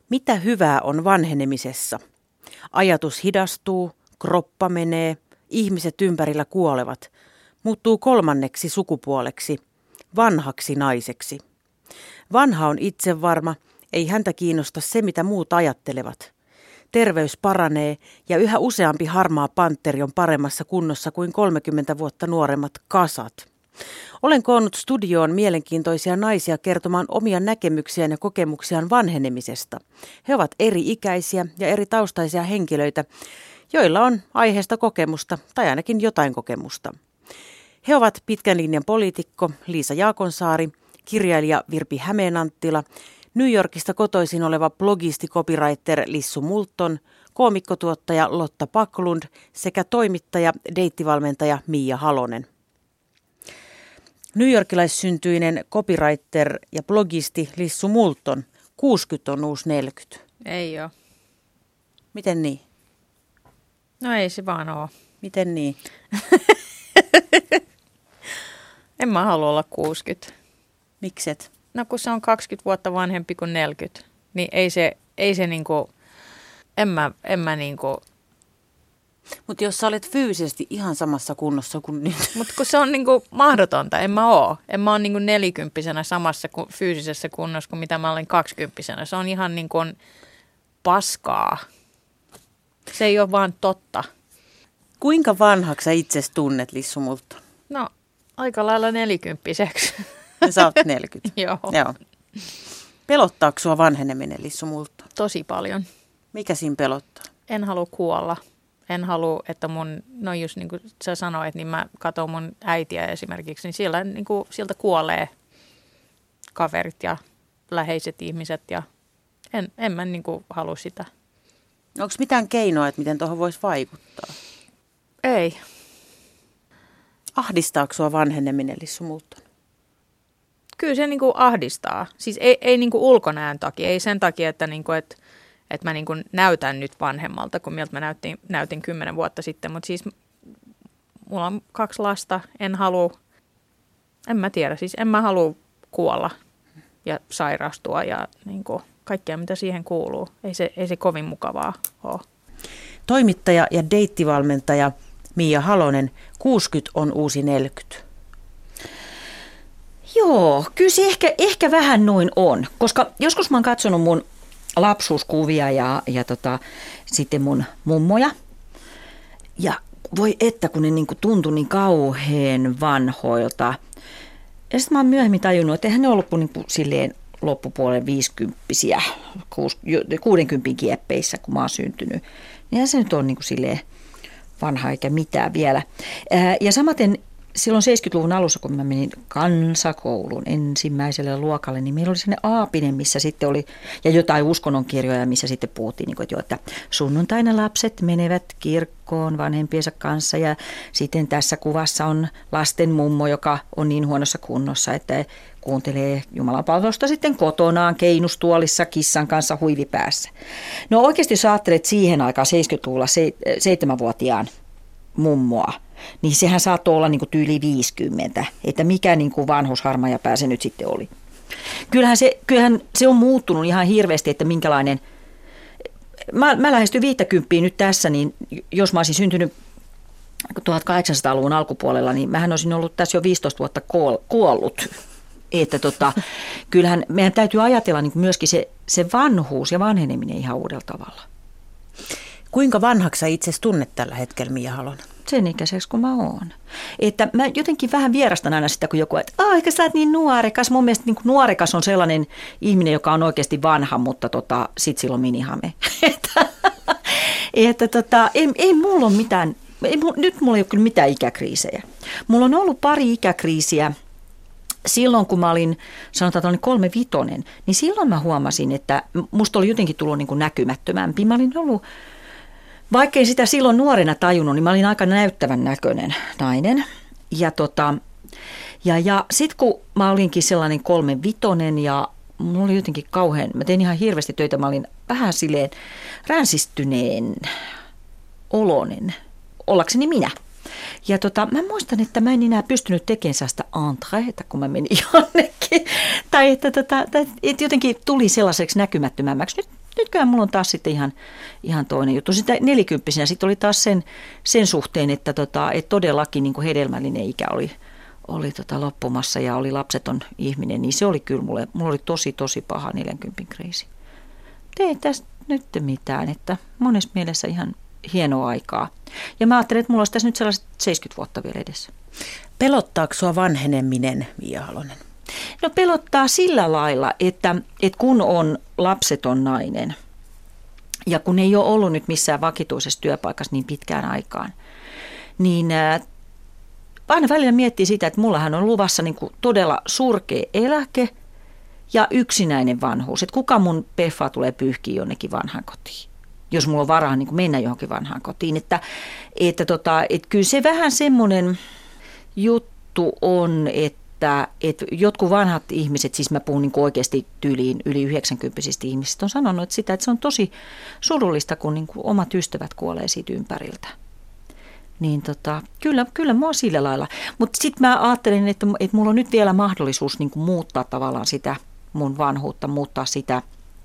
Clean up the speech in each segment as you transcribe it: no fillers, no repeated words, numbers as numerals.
Mitä hyvää on vanhenemisessa? Ajatus hidastuu, kroppa menee, ihmiset ympärillä kuolevat, muuttuu kolmanneksi sukupuoleksi, vanhaksi naiseksi. Vanha on itsevarma, ei häntä kiinnosta se, mitä muut ajattelevat. Terveys paranee ja yhä useampi harmaa pantteri on paremmassa kunnossa kuin 30 vuotta nuoremmat kasat. Olen koonnut studioon mielenkiintoisia naisia kertomaan omia näkemyksiään ja kokemuksiaan vanhenemisesta. He ovat eri-ikäisiä ja eri taustaisia henkilöitä, joilla on aiheesta kokemusta tai ainakin jotain kokemusta. He ovat pitkän linjan poliitikko Liisa Jaakonsaari, kirjailija Virpi Hämeenanttila, New Yorkista kotoisin oleva blogisti copywriter Lissu Multon, koomikkotuottaja Lotta Backlund sekä toimittaja, deittivalmentaja Mia Halonen. Newyorkilaissyntyinen copywriter ja blogisti Lissu Multon, 60 on uusi 40. Ei ole. Miten niin? No ei se vaan ole. Miten niin? En mä halua olla 60. Mikset? No kun se on 20 vuotta vanhempi kuin 40, niin ei se niinku, en mä niinku. Mutta jos sä olet fyysisesti ihan samassa kunnossa kuin nyt. Mutta kun se on niinku mahdotonta, en mä oo. En mä ole niinku 40-vuotiaana samassa fyysisessä kunnossa kuin mitä mä olen 20-vuotiaana. Se on ihan niinku paskaa. Se ei ole vaan totta. Kuinka vanhaksi sä itses tunnet, Lissu Multon? No, aika lailla 40-vuotiaaksi. Sä oot 40. Joo. Pelottaako sua vanheneminen, Lissu Multon? Tosi paljon. Mikä siinä pelottaa? En halua kuolla. En halua, että no just niin kuin sä sanoit, niin mä katson mun äitiä esimerkiksi, niin siellä niin kuin, sieltä kuolee kaverit ja läheiset ihmiset ja en mä niin kuin halua sitä. Onko mitään keinoa, että miten tuohon voisi vaikuttaa? Ei. Ahdistaako sua vanheneminen, Lissu Multon? Kyllä se niin kuin ahdistaa. Siis ei niin kuin ulkonäön takia, ei sen takia, että mä niin kuin näytän nyt vanhemmalta, kuin miltä mä näytin 10 vuotta sitten. Mutta siis mulla on 2 lasta, en mä halua kuolla ja sairastua ja niin kuin kaikkea, mitä siihen kuuluu. Ei se kovin mukavaa ole. Toimittaja ja deittivalmentaja Mia Halonen, 60 on uusi 40. Joo, kyllä se ehkä vähän noin on, koska joskus mä oon katsonut mun lapsuuskuvia ja sitten mun mummoja. Ja voi että, kun ne niinku tuntui niin kauhean vanhoilta. Ja sitten mä oon myöhemmin tajunnut, että eihän ne ollut niinku silleen loppupuolen 50-vuotiaita, 60 kieppeissä, kun mä oon syntynyt. Niin se nyt on niinku silleen vanha eikä mitään vielä. Ja samaten silloin 70-luvun alussa, kun mä menin kansakoulun ensimmäiselle luokalle, niin meillä oli sellainen aapinen, missä sitten oli, ja jotain uskonnonkirjoja, missä sitten puhuttiin, että sunnuntaina lapset menevät kirkkoon vanhempiensa kanssa, ja sitten tässä kuvassa on lasten mummo, joka on niin huonossa kunnossa, että kuuntelee jumalanpalvelusta sitten kotonaan keinustuolissa kissan kanssa huivi päässä. No oikeasti jos ajattelet siihen aikaan 70-luvulla 7-vuotiaan mummoa, niin sehän saattoi olla niin kuin tyyli 50, että mikä niin kuin vanhusharmaja pää se nyt sitten oli. Kyllähän se on muuttunut ihan hirveästi, että minkälainen, mä lähestyn 50 nyt tässä, niin jos mä olisin syntynyt 1800-luvun alkupuolella, niin mähän olisin ollut tässä jo 15 vuotta kuollut. Että kyllähän meidän täytyy ajatella niin myöskin se vanhuus ja vanheneminen ihan uudella tavalla. Kuinka vanhaksi sä itse tunnet tällä hetkellä, Mia Halonen? Sen ikäiseksi kuin mä oon. Että mä jotenkin vähän vierastan aina sitä, kun joku, että ehkä sä oot niin nuorekas. Mun mielestä niin nuorekas on sellainen ihminen, joka on oikeasti vanha, mutta sit sillä on minihame. Ei mulla ole mitään, nyt mulla ei ole kyllä mitään ikäkriisejä. Mulla on ollut pari ikäkriisiä. Silloin, kun mä olin, sanotaan 35, niin silloin mä huomasin, että musta oli jotenkin tullut niin kuin näkymättömämpi. Mä olin ollut, vaikkei sitä silloin nuorena tajunnut, niin mä olin aika näyttävän näköinen nainen. Ja sitten kun mä olinkin sellainen 35 ja mulla oli jotenkin kauhean, mä tein ihan hirveästi töitä, mä olin vähän silleen ränsistyneen oloinen, ollakseni minä. Ja mä muistan, että mä en enää pystynyt tekemään sitä entreeta, kun mä menin jonnekin. Tai että jotenkin tuli sellaiseksi näkymättömämmäksi. nytkään mulla on taas sitten ihan toinen juttu. Sitä 40-vuotiaana sitten oli taas sen suhteen, että todellakin niin kuin hedelmällinen ikä oli loppumassa ja oli lapseton ihminen, niin se oli kyllä mulla oli tosi paha 40 kriisi. Ei tästä nyt mitään, että monessa mielessä ihan hienoa aikaa. Ja mä ajattelin, että mulla olisi tässä nyt sellaiset 70 vuotta vielä edessä. Pelottaako sua vanheneminen, Mia Halonen? No pelottaa sillä lailla, että kun on lapseton nainen ja kun ei ole ollut nyt missään vakituisessa työpaikassa niin pitkään aikaan, niin aina välillä miettii sitä, että mullahan on luvassa niin kuin todella surkea eläke ja yksinäinen vanhuus. Että kuka mun peffa tulee pyyhkiä jonnekin vanhaan kotiin, jos mulla on varaa niin kuin mennä johonkin vanhaan kotiin. Että kyllä se vähän semmoinen juttu on, että jotkut vanhat ihmiset, siis mä puhun niin kuin oikeasti tyyliin yli 90 ihmisistä, on sanonut että se on tosi surullista, kun niin kuin omat ystävät kuolee siitä ympäriltä. Niin kyllä mua sillä lailla. Mutta sitten mä ajattelin, että mulla on nyt vielä mahdollisuus niin kuin muuttaa tavallaan sitä mun vanhuutta, muuttaa sitä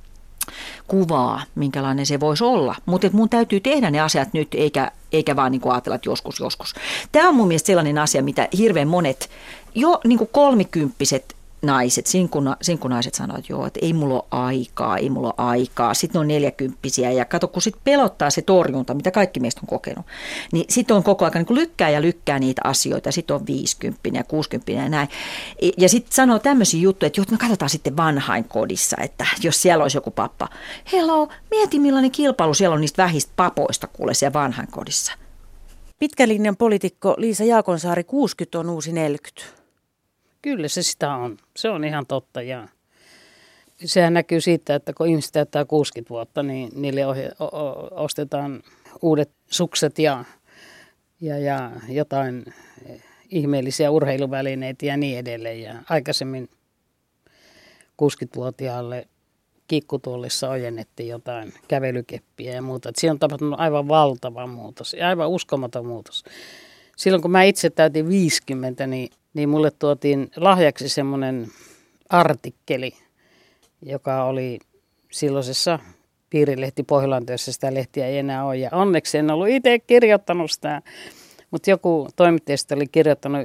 kuvaa, minkälainen se voisi olla. Mutta mun täytyy tehdä ne asiat nyt, eikä vaan niin kuin ajatella, että joskus. Tämä on mun mielestä sellainen asia, mitä hirveän monet, jo niin kuin 30-vuotiaat naiset, sinkkunaiset sanoo, että joo, että ei mulla ole aikaa. Sitten on 40-vuotiaita ja kato, kun sitten pelottaa se torjunta, mitä kaikki meistä on kokenut, niin sitten on koko ajan niin kuin lykkää niitä asioita. Sitten on 50 ja 60 ja näin. Ja sitten sanoo tämmöisiä juttuja, että me katsotaan sitten vanhainkodissa, että jos siellä olisi joku pappa. Hello, mieti millainen kilpailu siellä on niistä vähistä papoista kuule siellä vanhainkodissa. Pitkän linjan poliitikko Liisa Jaakonsaari, 60 on uusi 40. Kyllä se sitä on. Se on ihan totta ja sehän näkyy siitä, että kun ihmiset täyttää 60 vuotta, niin niille ostetaan uudet sukset ja jotain ihmeellisiä urheiluvälineitä ja niin edelleen. Ja aikaisemmin 60-vuotiaalle kiikkutuolissa ojennettiin jotain kävelykeppiä ja muuta. Et siinä on tapahtunut aivan valtava muutos ja aivan uskomaton muutos. Silloin kun mä itse täytin 50, niin mulle tuotiin lahjaksi semmoinen artikkeli, joka oli silloisessa piirilehti Pohjolantyössä, sitä lehtiä ei enää ole. Ja onneksi en ollut itse kirjoittanut sitä, mutta joku toimittajista oli kirjoittanut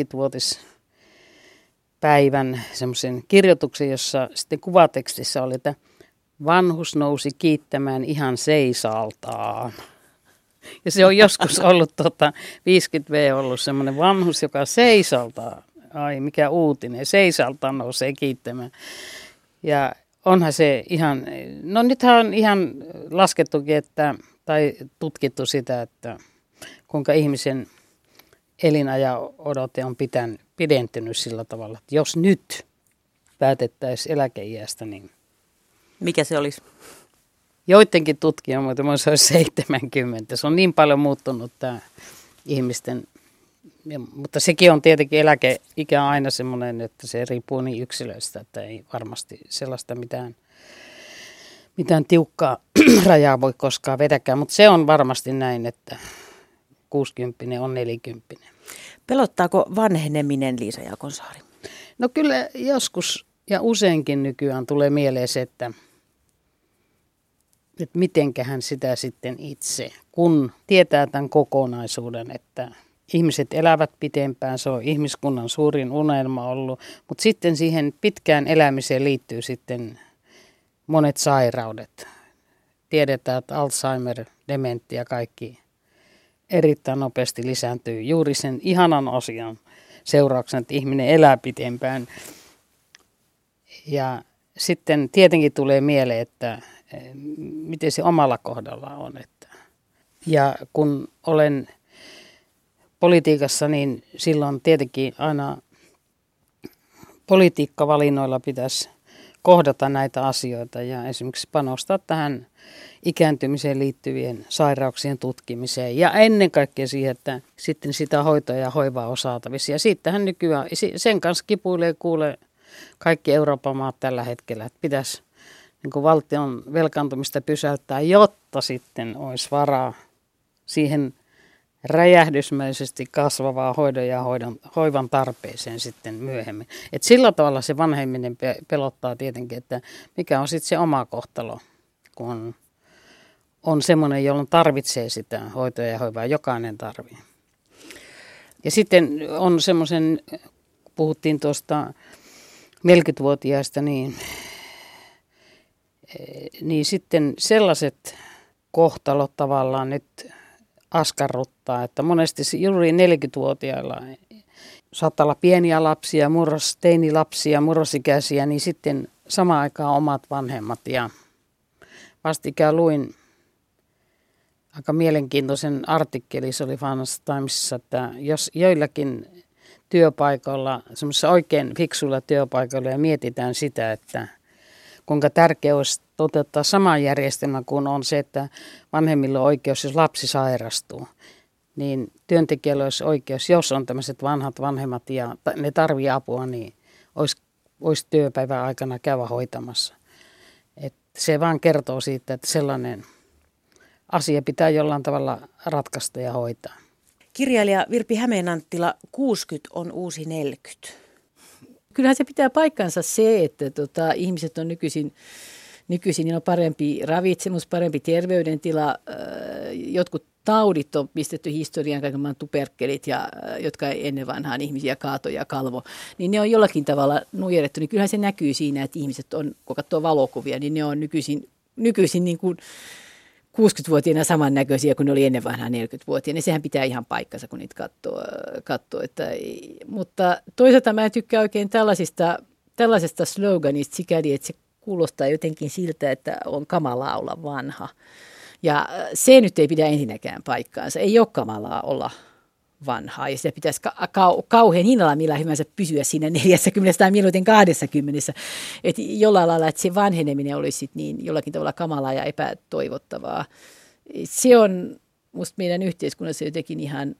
50-vuotispäivän semmoisen kirjoituksen, jossa sitten kuvatekstissä oli, että vanhus nousi kiittämään ihan seisaltaan. Ja se on joskus ollut 50V ollut semmoinen vanhus, joka seisaltaa. Ai mikä uutinen, seisaltaan nousee kiittämään. Ja onhan se ihan, no nythän on ihan laskettukin, tai tutkittu sitä, että kuinka ihmisen elinajan odote on pidentynyt sillä tavalla, että jos nyt päätettäisiin eläkeiästä, niin mikä se olisi? Joidenkin tutkijan muuten se olisi 70. Se on niin paljon muuttunut tämä ihmisten, mutta sekin on tietenkin eläkeikä aina semmoinen, että se riippuu niin yksilöistä, että ei varmasti sellaista mitään tiukkaa rajaa voi koskaan vedäkään. Mutta se on varmasti näin, että 60 on 40. Pelottaako vanheneminen, Liisa Jaakonsaari? No kyllä joskus ja useinkin nykyään tulee mieleen se, että mitenkähän sitä sitten itse, kun tietää tämän kokonaisuuden, että ihmiset elävät pitempään, se on ihmiskunnan suurin unelma ollut, mutta sitten siihen pitkään elämiseen liittyy sitten monet sairaudet. Tiedetään, että Alzheimer, dementia, kaikki erittäin nopeasti lisääntyy juuri sen ihanan asian seurauksena, että ihminen elää pitempään. Ja sitten tietenkin tulee mieleen, että miten se omalla kohdalla on. Ja kun olen politiikassa, niin silloin tietenkin aina politiikkavalinnoilla pitäisi kohdata näitä asioita ja esimerkiksi panostaa tähän ikääntymiseen liittyvien sairauksien tutkimiseen ja ennen kaikkea siihen, että sitten sitä hoitoa ja hoivaa on saatavissa. Ja siitähän nykyään, sen kanssa kipuilee kuule kaikki Euroopan maat tällä hetkellä, että pitäisi niin kuin valtion velkaantumista pysäyttää, jotta sitten olisi varaa siihen räjähdysmäisesti kasvavaa hoidon ja hoivan tarpeeseen sitten myöhemmin. Et sillä tavalla se vanhemminen pelottaa tietenkin, että mikä on sitten se oma kohtalo kun on semmoinen, jolloin tarvitsee sitä hoitoa ja hoivaa. Jokainen tarvitsee. Ja sitten on semmoisen, puhuttiin tuosta 40-vuotiaista, niin sitten sellaiset kohtalot tavallaan nyt askarruttaa, että monesti juuri 40-vuotiailla saattaa olla pieniä lapsia, teinilapsia, murrosikäisiä, niin sitten samaan aikaan omat vanhemmat. Ja vastikään luin aika mielenkiintoisen artikkelin, se oli Financial Timesissa, että jos joillakin työpaikoilla, semmoisissa oikein fiksuilla työpaikoilla ja mietitään sitä, että kuinka tärkeää olisi toteuttaa sama järjestelmä kuin on se, että vanhemmilla on oikeus, jos lapsi sairastuu, niin työntekijällä olisi oikeus, jos on tämmöiset vanhat vanhemmat ja ne tarvitsee apua, niin olisi työpäivän aikana käydä hoitamassa. Et se vaan kertoo siitä, että sellainen asia pitää jollain tavalla ratkaista ja hoitaa. Kirjailija Virpi Hämeenanttila, 60 on uusi 40. Kyllähän se pitää paikkansa se, että ihmiset on nykyisin niin on parempi ravitsemus, parempi terveydentila. Jotkut taudit on pistetty historiaan, kaiken maailman tuperkelit, jotka ennen vanhaan ihmisiä kaato ja kalvo. Niin ne on jollakin tavalla nujerrettu. Niin kyllähän se näkyy siinä, että ihmiset on, kun katsoo valokuvia, niin ne on nykyisin niin kuin 60-vuotiaana samannäköisiä kuin ne oli ennen vanhaa 40-vuotiaana. Niin sehän pitää ihan paikkansa, kun niitä katsoo. Mutta toisaalta mä en tykkää oikein tällaisesta sloganista sikäli, että se kuulostaa jotenkin siltä, että on kamalaa olla vanha. Ja se nyt ei pidä ensinnäkään paikkaansa. Ei ole kamalaa olla vanhaa. Ja sitä pitäisi kauhean hinnalla millä hyvänsä pysyä siinä 40 tai mieluiten 20. Että jollain lailla, että se vanheneminen olisi niin jollakin tavalla kamalaa ja epätoivottavaa. Se on musta meidän yhteiskunnassa jotenkin ihan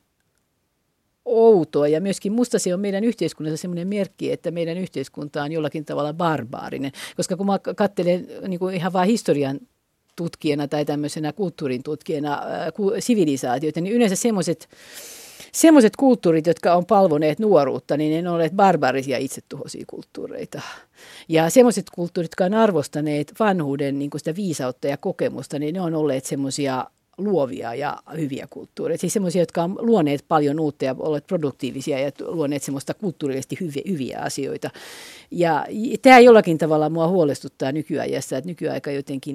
outoa. Ja myöskin musta se on meidän yhteiskunnassa semmoinen merkki, että meidän yhteiskunta on jollakin tavalla barbaarinen. Koska kun mä katselen niin kuin ihan vaan historian tutkijana tai tämmöisenä kulttuurin tutkijana sivilisaatioita, niin yleensä semmoiset kulttuurit, jotka on palvoneet nuoruutta, niin ne on olleet barbaarisia itsetuhoisia kulttuureita. Ja semmoiset kulttuurit, jotka on arvostaneet vanhuuden niin kuin sitä viisautta ja kokemusta, niin ne on olleet semmoisia luovia ja hyviä kulttuureita. Siis semmoisia, jotka on luoneet paljon uutta ja olleet produktiivisia ja luoneet semmoista kulttuurillisesti hyviä asioita. Ja tämä jollakin tavalla mua huolestuttaa nykyajassa, että nykyaika jotenkin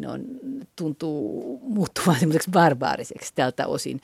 tuntuu muuttumaan semmoiseksi barbaariseksi tältä osin.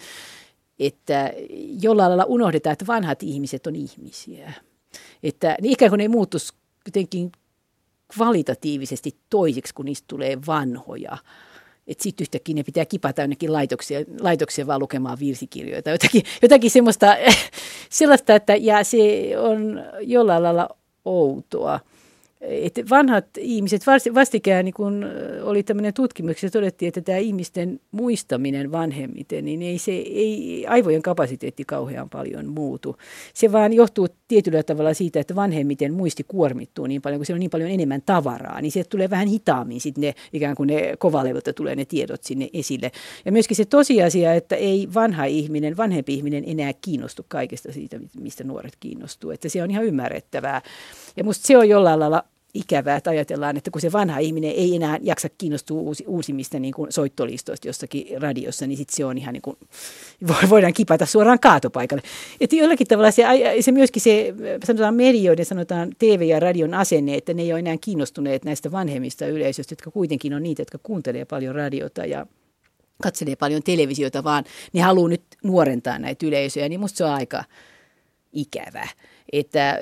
Että jollain lailla unohdetaan, että vanhat ihmiset on ihmisiä. Että ne ikään kuin ne muuttuisi jotenkin kvalitatiivisesti toisiksi, kun niistä tulee vanhoja. Että sitten yhtäkkiä ne pitää kipata jonnekin laitokseen vaan lukemaan virsikirjoja tai jotakin sellaista, että ja se on jollain lailla outoa. Että vanhat ihmiset, vastikään niin kun oli tämmöinen tutkimus, ja todettiin, että tämä ihmisten muistaminen vanhemmiten, niin ei aivojen kapasiteetti kauhean paljon muutu. Se vaan johtuu tietyllä tavalla siitä, että vanhemmiten muisti kuormittuu niin paljon, kun siellä on niin paljon enemmän tavaraa, niin sieltä tulee vähän hitaammin sitten ne ikään kuin ne kovalevyltä tulee ne tiedot sinne esille. Ja myöskin se tosiasia, että ei vanhempi ihminen enää kiinnostu kaikesta siitä, mistä nuoret kiinnostuu, että se on ihan ymmärrettävää. Ja musta se on jollain lailla ikävää, että ajatellaan, että kun se vanha ihminen ei enää jaksa kiinnostua uusimmista niin kuin soittolistoista jossakin radiossa, niin sitten se on ihan niin kuin, voidaan kipata suoraan kaatopaikalle. Että jollakin tavalla se myöskin se, sanotaan medioiden, sanotaan TV- ja radion asenne, että ne ei ole enää kiinnostuneet näistä vanhemmista yleisöistä, jotka kuitenkin on niitä, jotka kuuntelee paljon radiota ja katselee paljon televisiota, vaan ne haluaa nyt nuorentaa näitä yleisöjä, niin musta se on aika ikävä, että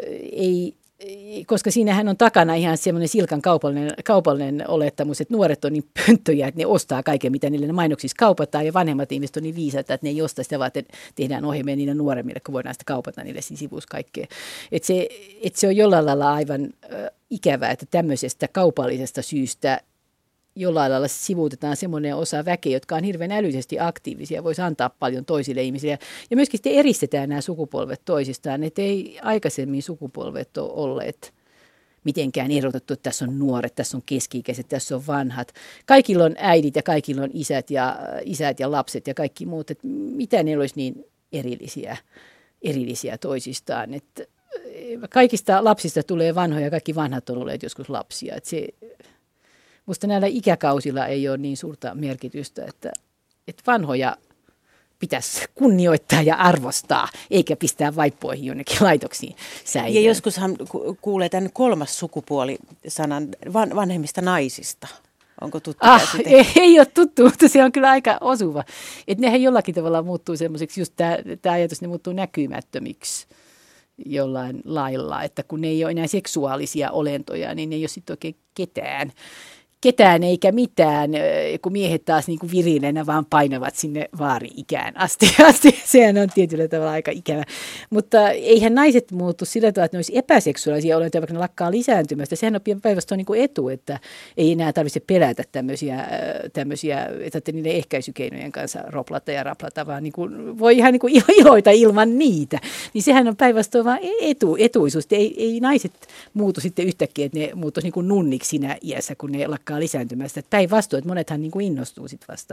koska siinähän on takana ihan semmoinen silkan kaupallinen olettamus, että nuoret on niin pönttöjä, että ne ostaa kaiken, mitä niille mainoksissa kaupataan, ja vanhemmat ihmiset on niin viisaita, että ne ei osta sitä, vaan että tehdään ohjelmia niille nuoremmille, kun voidaan sitä kaupata niille sivussa kaikkea. Että se on jollain lailla aivan ikävää, että tämmöisestä kaupallisesta syystä jollain lailla sivuutetaan semmoinen osa väkeä, jotka on hirveän älyisesti aktiivisia, voisi antaa paljon toisille ihmisille. Ja myöskin sitten eristetään nämä sukupolvet toisistaan, että ei aikaisemmin sukupolvet ole olleet mitenkään erotettu, että tässä on nuoret, tässä on keski-ikäiset, tässä on vanhat. Kaikilla on äidit ja kaikilla on isät ja lapset ja kaikki muut, että mitä ne olisi niin erillisiä toisistaan. Että kaikista lapsista tulee vanhoja ja kaikki vanhat on olleet joskus lapsia, että musta näillä ikäkausilla ei ole niin suurta merkitystä, että vanhoja pitäisi kunnioittaa ja arvostaa, eikä pistää vaippoihin jonnekin laitoksiin säilöön. Ja joskushan kuulee tämän kolmas sukupuoli-sanan vanhemmista naisista. Onko tuttu käsite? Ei ole tuttu, mutta se on kyllä aika osuva. Että nehän jollakin tavalla muuttuu semmoiseksi, just tämä ajatus, ne muuttuu näkymättömiksi jollain lailla, että kun ne ei ole enää seksuaalisia olentoja, niin ne ei ole sitten oikein ketään eikä mitään, kun miehet taas niin kuin virileenä vaan painavat sinne vaari-ikään asti. Sehän on tietyllä tavalla aika ikävä. Mutta eihän naiset muuttu sillä tavalla, että ne olisi epäseksuaalisia olentoja, vaikka ne lakkaa lisääntymästä. Sehän on päinvastoin niin kuin etu, että ei enää tarvitse pelätä tämmöisiä että niiden ehkäisykeinojen kanssa roplata ja raplata, vaan niin kuin voi ihan niin kuin iloita ilman niitä. Niin sehän on päinvastoin vaan etuisuus. Ei naiset muutu sitten yhtäkkiä, että ne muuttuisi niin kuin nunniksi siinä iässä, kun ne lakkaa lisääntymästä. Päinvastoin, että monethan niin kuin innostuu sitten vasta.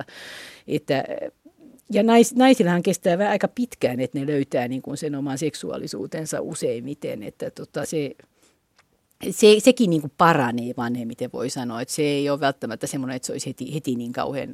Ja naisillahan kestää aika pitkään, että ne löytää niin kuin sen oman seksuaalisuutensa useimmiten, että sekin niin kuin paranee vanhemmiten, voi sanoa, että se ei ole välttämättä semmoinen, että se olisi heti niin kauhean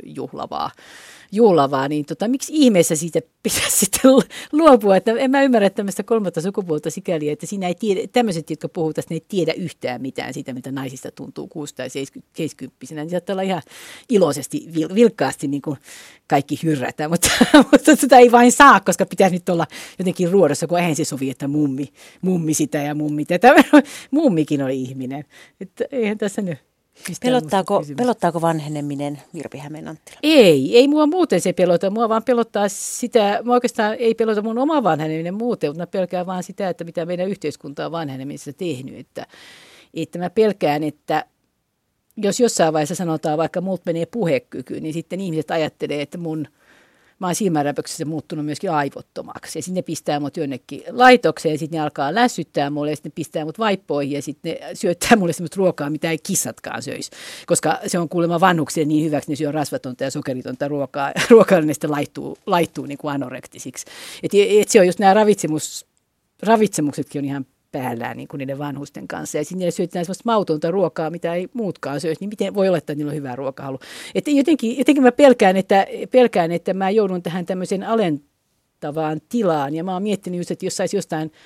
juhlavaa, niin miksi ihmeessä siitä pitäisi sitten luopua, että en mä ymmärrä tämmöistä kolmatta sukupuolta sikäli, että siinä ei tiedä, tämmöiset, jotka puhuu tästä, ne ei tiedä yhtään mitään siitä, mitä naisista tuntuu 6- tai 70-vuotiaana, niin saattaa olla ihan iloisesti, vilkkaasti niin kuin kaikki hyrrätä, mutta sitä ei vain saa, koska pitäisi nyt olla jotenkin ruodossa, kun eihän se sovi, että mummi sitä ja mummi tätä. Mummikin on ihminen. Että eihän tässä nyt. Pelottaako vanheneminen, Virpi Hämeenanttila? Ei mua muuten se pelota. Mua vaan pelottaa sitä, mua oikeastaan ei pelota mun oma vanheneminen muuten, mutta mä pelkään vaan sitä, että mitä meidän yhteiskunta on vanhenemisessa tehnyt. Että mä pelkään, että jos jossain vaiheessa sanotaan, vaikka multa menee puhekyky, niin sitten ihmiset ajattelee, että mä oon silmänräpäyksessä muuttunut myöskin aivottomaksi. Ja sitten ne pistää mut jonnekin laitokseen ja sitten ne alkaa lässyttää mulle ja sitten ne pistää mut vaippoihin ja sitten ne syöttää mulle semmoista ruokaa, mitä ei kissatkaan söisi. Koska se on kuulemma vanhuksille niin hyväksi, ne syö rasvatonta ja sokeritonta ruokaa ja ne sitten laittuu niin kuin anorektisiksi. Et se on just nämä ravitsemuksetkin on ihan päällään niin kuin niiden vanhusten kanssa. Ja sitten niille syötetään sellaista mautonta ruokaa, mitä ei muutkaan söisi, niin miten voi olla, että niillä on hyvää ruokahalu. Että jotenkin mä pelkään, että mä joudun tähän tämmöiseen alentavaan tilaan. Ja mä oon miettinyt just, että jos saisi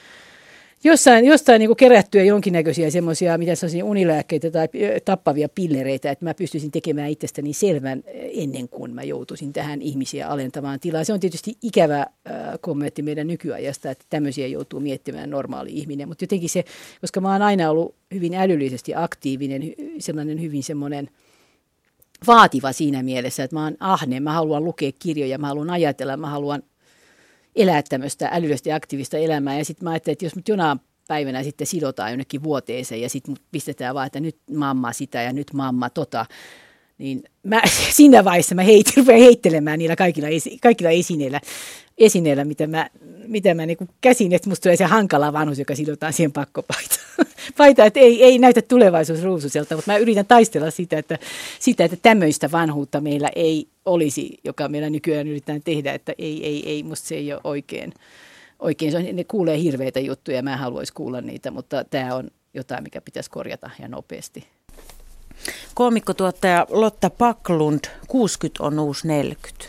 jostain niin kuin kerättyä jonkinnäköisiä semmoisia, mitä sellaisia unilääkkeitä tai tappavia pillereitä, että mä pystyisin tekemään itsestäni selvän ennen kuin mä joutuisin tähän ihmisiä alentavaan tilaan. Se on tietysti ikävä kommentti meidän nykyajasta, että tämmöisiä joutuu miettimään normaali ihminen, mutta jotenkin se, koska mä oon aina ollut hyvin älyllisesti aktiivinen, sellainen hyvin semmoinen vaativa siinä mielessä, että mä oon ahne, mä haluan lukea kirjoja, mä haluan ajatella, mä haluan elää tämmöistä älyllisesti aktiivista elämää. Ja sitten mä ajattelin, että jos mut jonain päivänä sitten sidotaan jonnekin vuoteeseen ja sitten mut pistetään vaan, että nyt mamma sitä ja nyt mamma tota, niin siinä vaiheessa mä rupean heittelemään niillä kaikilla esineillä mitä mä niin käsin, että musta tulee se hankala vanhus, joka sidotaan siihen pakkopaitaan. Että ei näytä tulevaisuus ruususelta, mutta mä yritän taistella sitä, että tämmöistä vanhuutta meillä ei olisi, joka meillä nykyään yritetään tehdä, että ei musta se ei ole oikein. Ne kuulee hirveitä juttuja ja mä en haluaisi kuulla niitä, mutta tämä on jotain, mikä pitäisi korjata ja nopeasti. Koomikkotuottaja Lotta Backlund, 60 on uusi 40.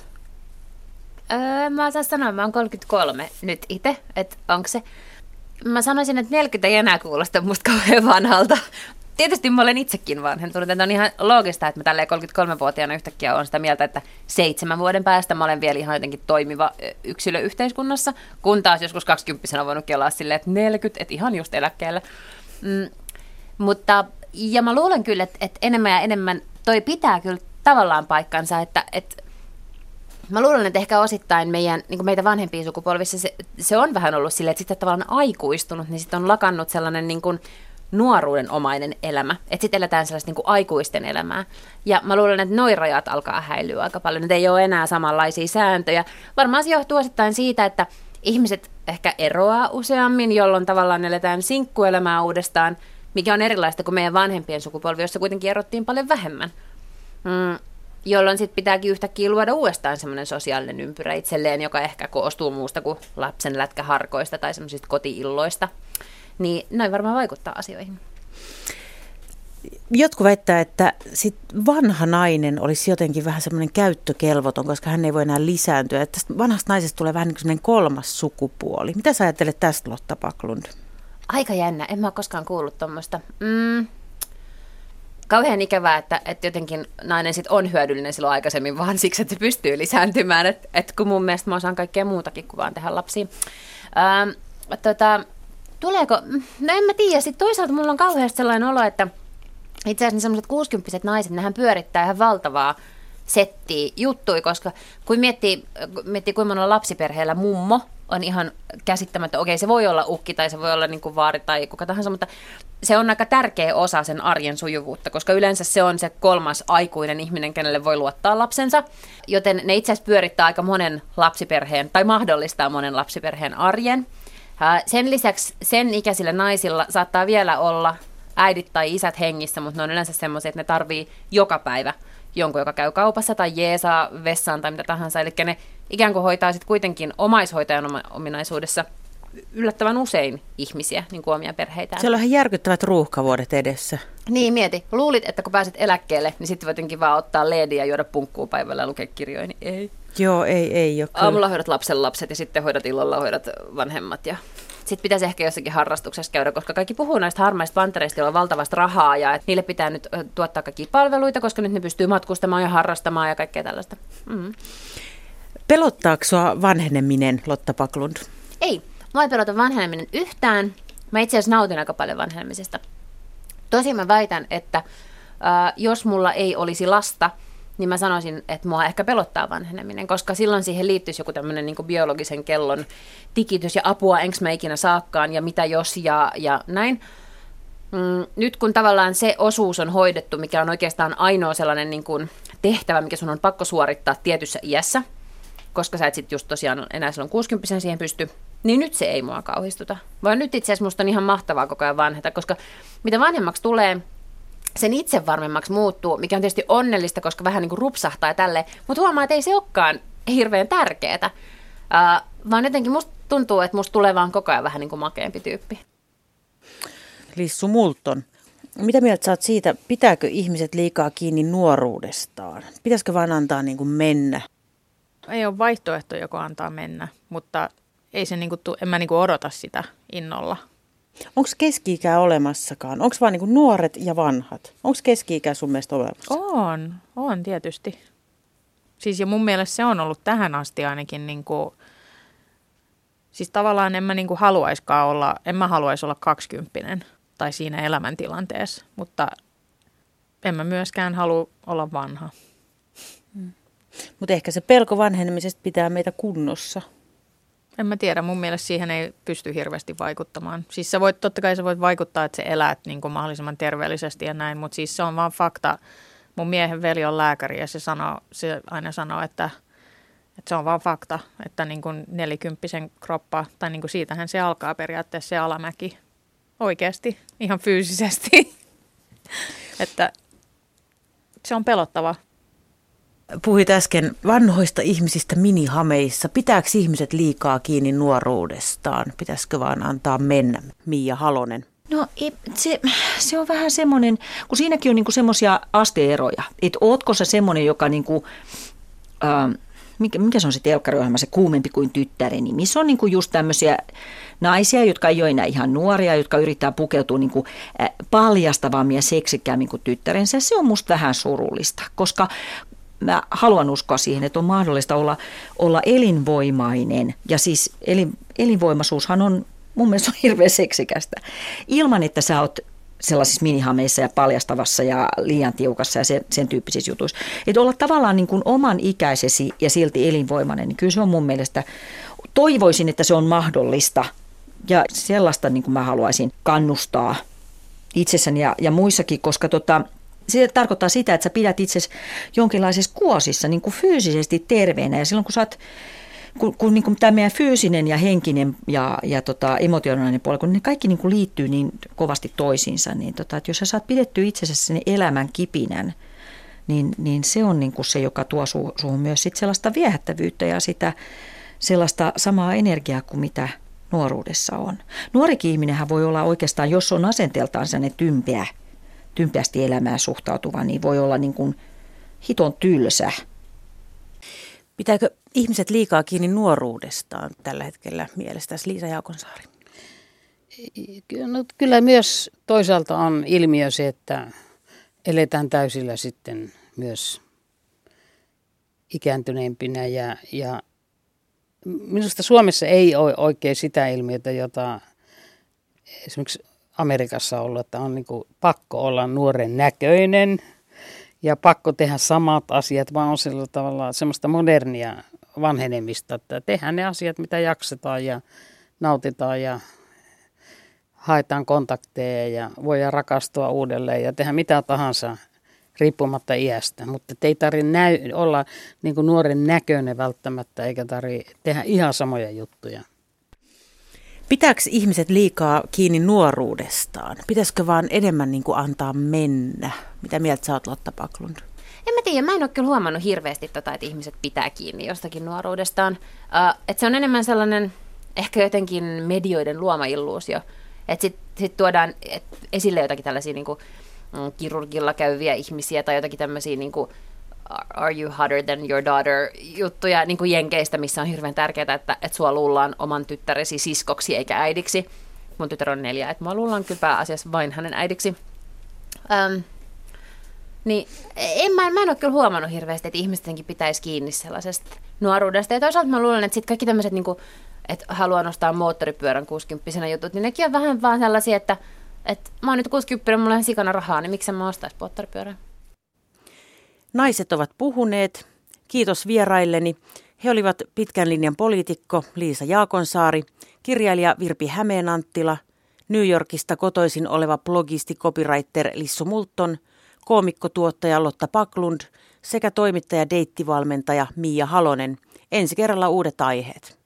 Mä osaan sanoa, mä oon 33 nyt itse, että onko se. Mä sanoisin, että 40 ei enää kuulosta musta kauhean vanhalta. Tietysti mä olen itsekin vanhentunut, että on ihan loogista, että mä tälleen 33-vuotiaana yhtäkkiä on sitä mieltä, että 7 vuoden päästä mä olen vielä ihan jotenkin toimiva yksilö yhteiskunnassa, kun taas joskus 20 on voinut kelaa silleen, että 40, että ihan just eläkkeellä. Mutta, ja mä luulen kyllä, että enemmän ja enemmän toi pitää kyllä tavallaan paikkansa, että mä luulen, että ehkä osittain niin meitä vanhempia sukupolvissa se on vähän ollut silleen, että sitten tavallaan aikuistunut, niin sitten on lakannut sellainen niin kuin nuoruudenomainen elämä. Että sitten eletään sellaista niin kuin aikuisten elämää. Ja mä luulen, että noi rajat alkaa häilyä aika paljon. Että ei ole enää samanlaisia sääntöjä. Varmaan se johtuu osittain siitä, että ihmiset ehkä eroaa useammin, jolloin tavallaan eletään sinkkuelämää uudestaan, mikä on erilaista kuin meidän vanhempien sukupolvi, jossa kuitenkin erottiin paljon vähemmän. Jolloin sitten pitääkin yhtäkkiä luoda uudestaan semmoinen sosiaalinen ympyrä itselleen, joka ehkä koostuu muusta kuin lapsen lätkäharkoista tai semmoisista koti-illoista. Niin noin varmaan vaikuttaa asioihin. Jotkut väittää, että sit vanha nainen olisi jotenkin vähän semmoinen käyttökelvoton, koska hän ei voi enää lisääntyä. Että vanhasta naisesta tulee vähän niin kuin semmoinen kolmas sukupuoli. Mitä sä ajattelet tästä, Lotta Backlund? Aika jännä. En mä ole koskaan kuullut tuommoista. Kauhean ikävää, että jotenkin nainen sit on hyödyllinen silloin aikaisemmin vaan siksi, että se pystyy lisääntymään. Et kun mun mielestä mä osaan kaikkea muutakin kuin vaan tehdä lapsia. Tuleeko? No en mä tiedä. Sitten toisaalta mulla on kauheasti sellainen olo, että itse asiassa sellaiset 60-vuotiaat naiset, nehän pyörittää ihan valtavaa settiä juttui, koska kun miettii kuinka monella lapsiperheellä mummo on ihan käsittämättä. Okei, se voi olla ukki tai se voi olla niin kuin vaari tai kuka tahansa, mutta se on aika tärkeä osa sen arjen sujuvuutta, koska yleensä se on se kolmas aikuinen ihminen, kenelle voi luottaa lapsensa, joten ne itse asiassa pyörittää aika monen lapsiperheen tai mahdollistaa monen lapsiperheen arjen. Sen lisäksi sen ikäisillä naisilla saattaa vielä olla äidit tai isät hengissä, mutta ne on yleensä semmoisia, että ne tarvii joka päivä jonkun, joka käy kaupassa tai jeesaa vessaan tai mitä tahansa. Eli ne ikään kuin hoitaa sitten kuitenkin omaishoitajan ominaisuudessa yllättävän usein ihmisiä, niin kuin omia perheitään. Siellä on ihan järkyttävät ruuhkavuodet edessä. Niin, mieti. Luulit, että kun pääset eläkkeelle, niin sitten voit jotenkin vaan ottaa leediä ja juoda punkkuu päivällä ja lukea kirjoja, niin ei. Joo, ei ole. Aamulla hoidat lapset ja sitten illalla hoidat vanhemmat ja sitten pitäisi ehkä jossakin harrastuksessa käydä, koska kaikki puhuu näistä harmaista pantereista, joilla on valtavasti rahaa ja että niille pitää nyt tuottaa kaikkia palveluita, koska nyt ne pystyy matkustamaan ja harrastamaan ja kaikkea tällaista. Pelottaako sua vanheneminen, Lotta Backlund? Ei, mua ei pelota vanheneminen yhtään. Mä itse asiassa nautin aika paljon vanhenemisesta. Tosin mä väitän, että jos mulla ei olisi lasta, niin mä sanoisin, että mua ehkä pelottaa vanheneminen, koska silloin siihen liittyisi joku tämmöinen niin kuin biologisen kellon tikitys ja apua, enks mä ikinä saakkaan ja mitä jos ja näin. Nyt kun tavallaan se osuus on hoidettu, mikä on oikeastaan ainoa sellainen niin kuin tehtävä, mikä sun on pakko suorittaa tietyssä iässä, koska sä et sit just tosiaan enää silloin 60 siihen pysty, niin nyt se ei mua kauhistuta. Vaan nyt itse asiassa musta on ihan mahtavaa koko ajan vanheta, koska mitä vanhemmaksi tulee, sen itse varmemmaksi muuttuu, mikä on tietysti onnellista, koska vähän niin kuin rupsahtaa ja tälleen, mutta huomaa, että ei se olekaan hirveän tärkeää, vaan jotenkin musta tuntuu, että musta tulee vaan koko ajan vähän niin kuin makeampi tyyppi. Lissu Multon, mitä mieltä sä oot siitä, pitääkö ihmiset liikaa kiinni nuoruudestaan? Pitäisikö vaan antaa niin kuin mennä? Ei ole vaihtoehto, joko antaa mennä, mutta ei se en mä odota sitä innolla. Onko keski-ikää olemassakaan? Onko vaan niin nuoret ja vanhat? Onko keski-ikä sun mielestä olemassa? On tietysti. Siis ja mun mielestä se on ollut tähän asti ainakin siis tavallaan en mä haluaisi olla 20 tai siinä elämäntilanteessa, mutta en mä myöskään halua olla vanha. Mutta ehkä se pelko vanhenemisesta pitää meitä kunnossa. En mä tiedä, mun mielestä siihen ei pysty hirveästi vaikuttamaan. Siis totta kai sä voit vaikuttaa, että sä elät niin kuin mahdollisimman terveellisesti ja näin, mutta siis se on vaan fakta. Mun miehen veli on lääkäri ja se aina sanoo, että se on vaan fakta, että niin kuin 40 kroppa, tai niin kuin siitähän se alkaa periaatteessa se alamäki oikeasti, ihan fyysisesti. Että se on pelottava. Puhuit äsken vanhoista ihmisistä minihameissa. Pitääkö ihmiset liikaa kiinni nuoruudestaan? Pitäisikö vaan antaa mennä? Miia Halonen. No se on vähän semmoinen, kun siinäkin on niinku semmoisia asteeroja. Että ootko sä semmoinen, joka niinku, mikä se on se telkkariohjelma, se Kuumempi kuin tyttäreni, missä on niinku just tämmöisiä naisia, jotka ei ole enää ihan nuoria, jotka yrittää pukeutua niinku paljastavammin ja seksikkäämmin kuin tyttärensä. Se on musta vähän surullista, koska mä haluan uskoa siihen, että on mahdollista olla elinvoimainen. Ja siis elinvoimaisuushan on mun mielestä on hirveän seksikästä. Ilman, että sä oot sellaisissa minihameissa ja paljastavassa ja liian tiukassa ja sen tyyppisissä jutuissa. Että olla tavallaan niin kuin oman ikäisesi ja silti elinvoimainen, niin kyllä se on mun mielestä, toivoisin, että se on mahdollista. Ja sellaista niin kuin mä haluaisin kannustaa itsessäni ja muissakin, koska se tarkoittaa sitä, että sä pidät itsesi jonkinlaisessa kuosissa niin kuin fyysisesti terveenä. Ja silloin kun sä oot, kun niin kuin tämä meidän fyysinen ja henkinen ja emotionaalinen puoli, kun ne kaikki niin kuin liittyy niin kovasti toisiinsa, niin että jos sä saat pidettyä itsesi sen elämän kipinän, niin se on niin kuin se, joka tuo suhun myös sit sellaista viehättävyyttä ja sitä sellaista samaa energiaa kuin mitä nuoruudessa on. Nuorikin ihminenhän voi olla oikeastaan, jos on asenteeltaan sellainen tympeä tympeästi elämään suhtautuva, niin voi olla niin kuin hiton tylsä. Pitääkö ihmiset liikaa kiinni nuoruudestaan tällä hetkellä mielestäsi, Liisa Jaakonsaari? No, kyllä myös toisaalta on ilmiö se, että eletään täysillä sitten myös ikääntyneempinä ja minusta Suomessa ei ole oikein sitä ilmiötä, jota esimerkiksi Amerikassa on ollut, että on niin kuin pakko olla nuoren näköinen ja pakko tehdä samat asiat, vaan on sillä tavalla semmoista modernia vanhenemista, että tehdään ne asiat, mitä jaksetaan ja nautitaan ja haetaan kontakteja ja voidaan rakastua uudelleen ja tehdä mitä tahansa riippumatta iästä, mutta ei tarvitse olla niin kuin nuoren näköinen välttämättä, eikä tarvitse tehdä ihan samoja juttuja. Pitääkö ihmiset liikaa kiinni nuoruudestaan? Pitäisikö vaan enemmän niin kuin antaa mennä? Mitä mieltä sä oot, Lotta Backlund? En mä tiedä, mä en ole kyllä huomannut hirveästi että ihmiset pitää kiinni jostakin nuoruudestaan. Että se on enemmän sellainen ehkä jotenkin medioiden luoma illuusio. Että sit tuodaan esille jotakin tällaisia niinku kirurgilla käyviä ihmisiä tai jotakin tämmöisiä niinku are you hotter than your daughter juttuja niinku jenkeistä, missä on hirveän tärkeää, että sua luullaan oman tyttäresi siskoksi eikä äidiksi. Mun tytär on 4, että mua luullaan kyllä pääasiassa vain hänen äidiksi. Niin mä en ole kyllä huomannut hirveästi, että ihmistenkin pitäisi kiinni sellaisesta nuoruudesta. Ja toisaalta mä luulen, että sitten kaikki tämmöiset, niinku, että haluaa nostaa moottoripyörän 60-vuotiaana jutut, niin nekin on vähän vaan sellaisia, että mä oon nyt 60, mulla on ihan sikana rahaa, niin miksi mä ostaisin moottoripyörän? Naiset ovat puhuneet. Kiitos vierailleni. He olivat pitkän linjan poliitikko Liisa Jaakonsaari, kirjailija Virpi Hämeenanttila, New Yorkista kotoisin oleva blogisti copywriter Lissu Multon, koomikkotuottaja Lotta Backlund sekä toimittaja deittivalmentaja Miia Halonen. Ensi kerralla uudet aiheet.